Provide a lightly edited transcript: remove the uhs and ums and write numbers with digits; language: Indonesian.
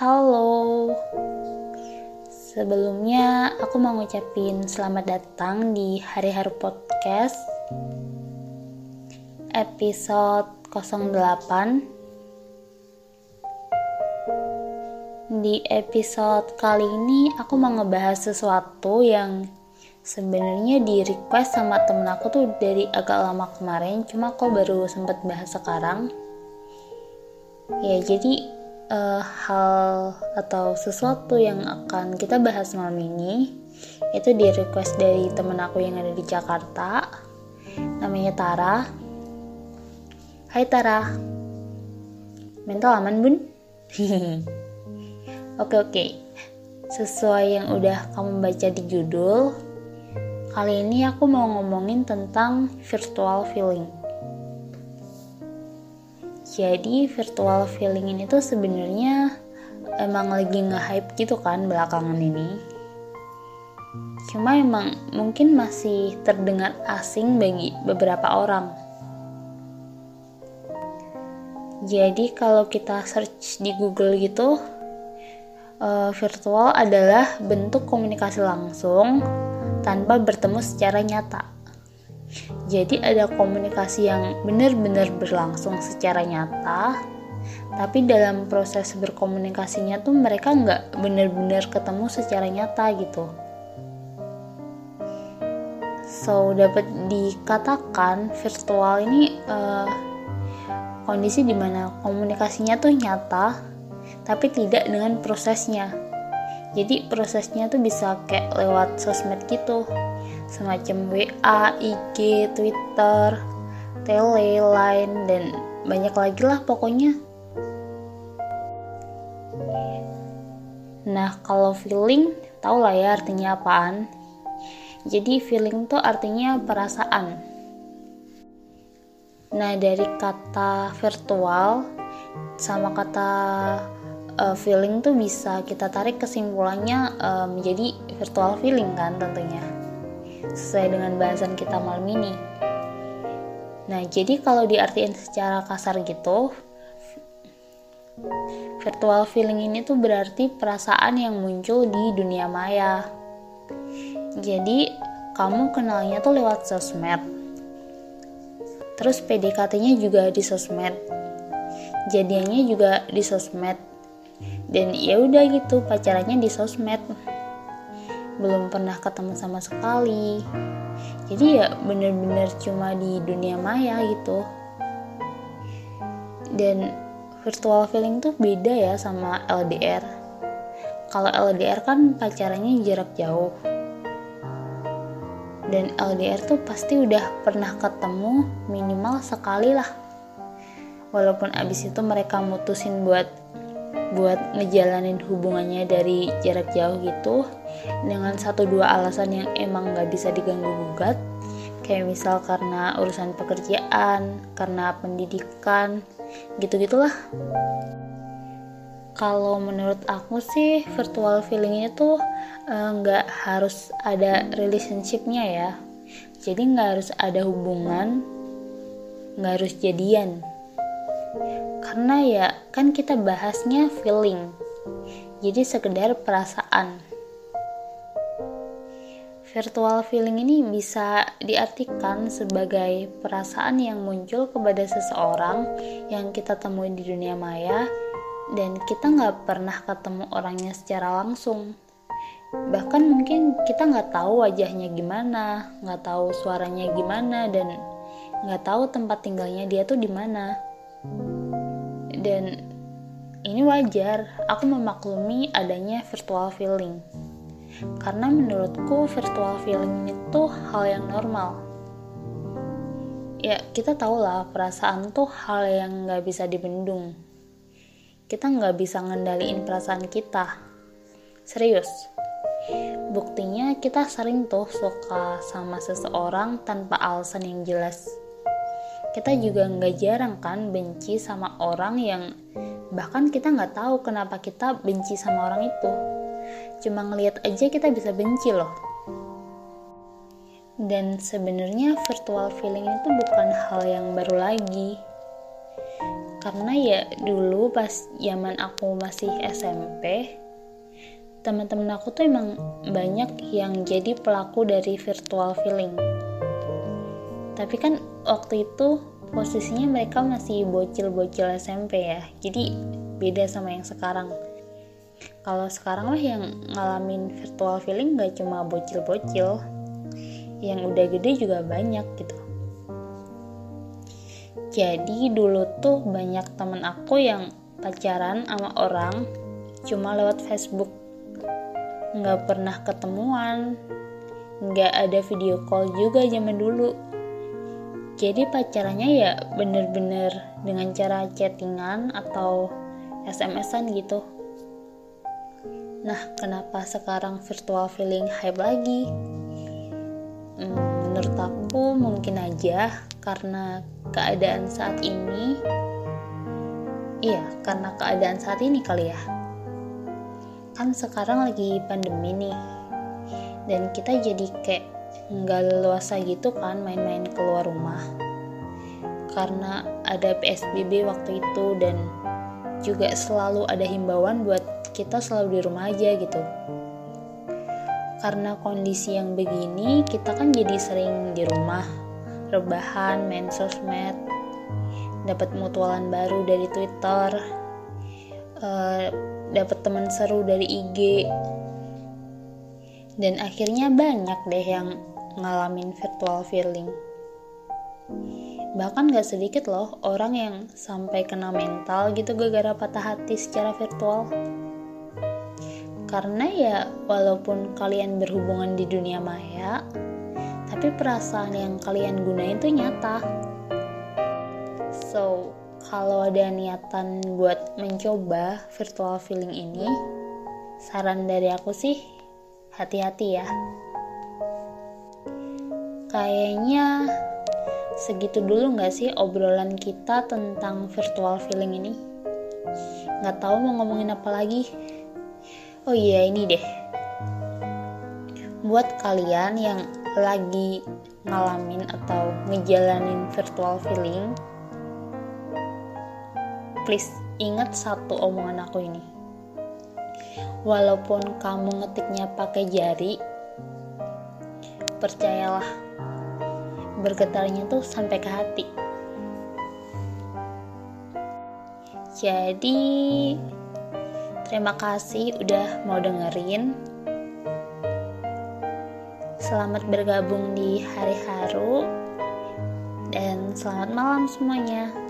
Halo, sebelumnya aku mau ngucapin selamat datang di Hari Haru Podcast episode 08. Di episode kali ini aku mau ngebahas sesuatu yang sebenarnya di request sama temen aku tuh dari agak lama kemarin, cuma aku baru sempet bahas sekarang. Ya, jadi hal atau sesuatu yang akan kita bahas malam ini itu di request dari temen aku yang ada di Jakarta, namanya Tara. Hai Tara, mental aman bun? Oke. Sesuai yang udah kamu baca di judul, kali ini aku mau ngomongin tentang virtual feeling. Jadi virtual feeling ini tuh sebenarnya emang lagi nge-hype gitu kan belakangan ini. Cuma emang mungkin masih terdengar asing bagi beberapa orang. Jadi kalau kita search di Google gitu, virtual adalah bentuk komunikasi langsung tanpa bertemu secara nyata. Jadi ada komunikasi yang benar-benar berlangsung secara nyata, tapi dalam proses berkomunikasinya tuh mereka nggak benar-benar ketemu secara nyata gitu. So, dapat dikatakan virtual ini kondisi dimana komunikasinya tuh nyata, tapi tidak dengan prosesnya. Jadi prosesnya tuh bisa kayak lewat sosmed gitu, semacam WA, IG, Twitter, Tele, Line, dan banyak lagi lah pokoknya. Nah, kalau feeling, tau lah ya artinya apaan. Jadi feeling tuh artinya perasaan. Nah, dari kata virtual sama kata feeling tuh bisa kita tarik kesimpulannya menjadi virtual feeling kan tentunya, sesuai dengan bahasan kita malam ini. Nah, jadi kalau diartiin secara kasar gitu, virtual feeling ini tuh berarti perasaan yang muncul di dunia maya. Jadi kamu kenalnya tuh lewat sosmed, terus PDKT-nya juga di sosmed, jadiannya juga di sosmed, dan ya udah gitu pacarannya di sosmed, belum pernah ketemu sama sekali. Jadi ya bener-bener cuma di dunia maya gitu. Dan virtual feeling tuh beda ya sama LDR. Kalau LDR kan pacarannya jarak jauh, dan LDR tuh pasti udah pernah ketemu minimal sekali lah, walaupun abis itu mereka mutusin buat ngejalanin hubungannya dari jarak jauh gitu dengan 1-2 alasan yang emang gak bisa diganggu gugat, kayak misal karena urusan pekerjaan, karena pendidikan, gitu-gitulah. Kalau menurut aku sih virtual feeling ini tuh gak harus ada relationship-nya ya. Jadi gak harus ada hubungan, gak harus jadian. Karena ya kan kita bahasnya feeling, jadi sekedar perasaan. Virtual feeling ini bisa diartikan sebagai perasaan yang muncul kepada seseorang yang kita temui di dunia maya, dan kita gak pernah ketemu orangnya secara langsung. Bahkan mungkin kita gak tahu wajahnya gimana, gak tahu suaranya gimana, dan gak tahu tempat tinggalnya dia tuh di mana. Dan ini wajar, aku memaklumi adanya virtual feeling. Karena menurutku virtual feeling itu hal yang normal. Ya, kita tahu lah perasaan tuh hal yang gak bisa dibendung. Kita gak bisa ngendaliin perasaan kita. Serius. Buktinya kita sering tuh suka sama seseorang tanpa alasan yang jelas. Kita juga gak jarang kan benci sama orang yang bahkan kita gak tahu kenapa kita benci sama orang itu. Cuma ngelihat aja kita bisa benci loh. Dan sebenarnya virtual feeling itu bukan hal yang baru lagi. Karena ya dulu pas zaman aku masih SMP, teman-teman aku tuh emang banyak yang jadi pelaku dari virtual feeling. Tapi kan waktu itu posisinya mereka masih bocil-bocil SMP ya, jadi beda sama yang sekarang. Kalau sekarang mah yang ngalamin virtual feeling gak cuma bocil-bocil, yang udah gede juga banyak gitu. Jadi dulu tuh banyak temen aku yang pacaran sama orang cuma lewat Facebook, nggak pernah ketemuan, nggak ada video call juga zaman dulu. Jadi pacarannya ya bener-bener dengan cara chattingan atau SMS-an gitu. Nah, kenapa sekarang virtual feeling hype lagi? Menurut aku mungkin aja karena keadaan saat ini. Iya, karena keadaan saat ini kali ya. Kan sekarang lagi pandemi nih, dan kita jadi kayak nggak leluasa gitu kan main-main keluar rumah karena ada PSBB waktu itu, dan juga selalu ada himbauan buat kita selalu di rumah aja gitu. Karena kondisi yang begini, kita kan jadi sering di rumah, rebahan, main sosmed, dapat mutualan baru dari Twitter, dapat teman seru dari IG, dan akhirnya banyak deh yang ngalamin virtual feeling. Bahkan gak sedikit loh orang yang sampai kena mental gitu gara-gara patah hati secara virtual. Karena ya walaupun kalian berhubungan di dunia maya, tapi perasaan yang kalian gunain tuh nyata. So, kalau ada niatan buat mencoba virtual feeling ini, saran dari aku sih hati-hati ya. Kayaknya segitu dulu gak sih obrolan kita tentang virtual feeling ini? Gak tahu mau ngomongin apa lagi. Oh iya, ini deh. Buat kalian yang lagi ngalamin atau ngejalanin virtual feeling, please ingat satu omongan aku ini. Walaupun kamu ngetiknya pakai jari, percayalah, bergetarnya tuh sampai ke hati. Jadi terima kasih udah mau dengerin. Selamat bergabung di hari haru dan selamat malam semuanya.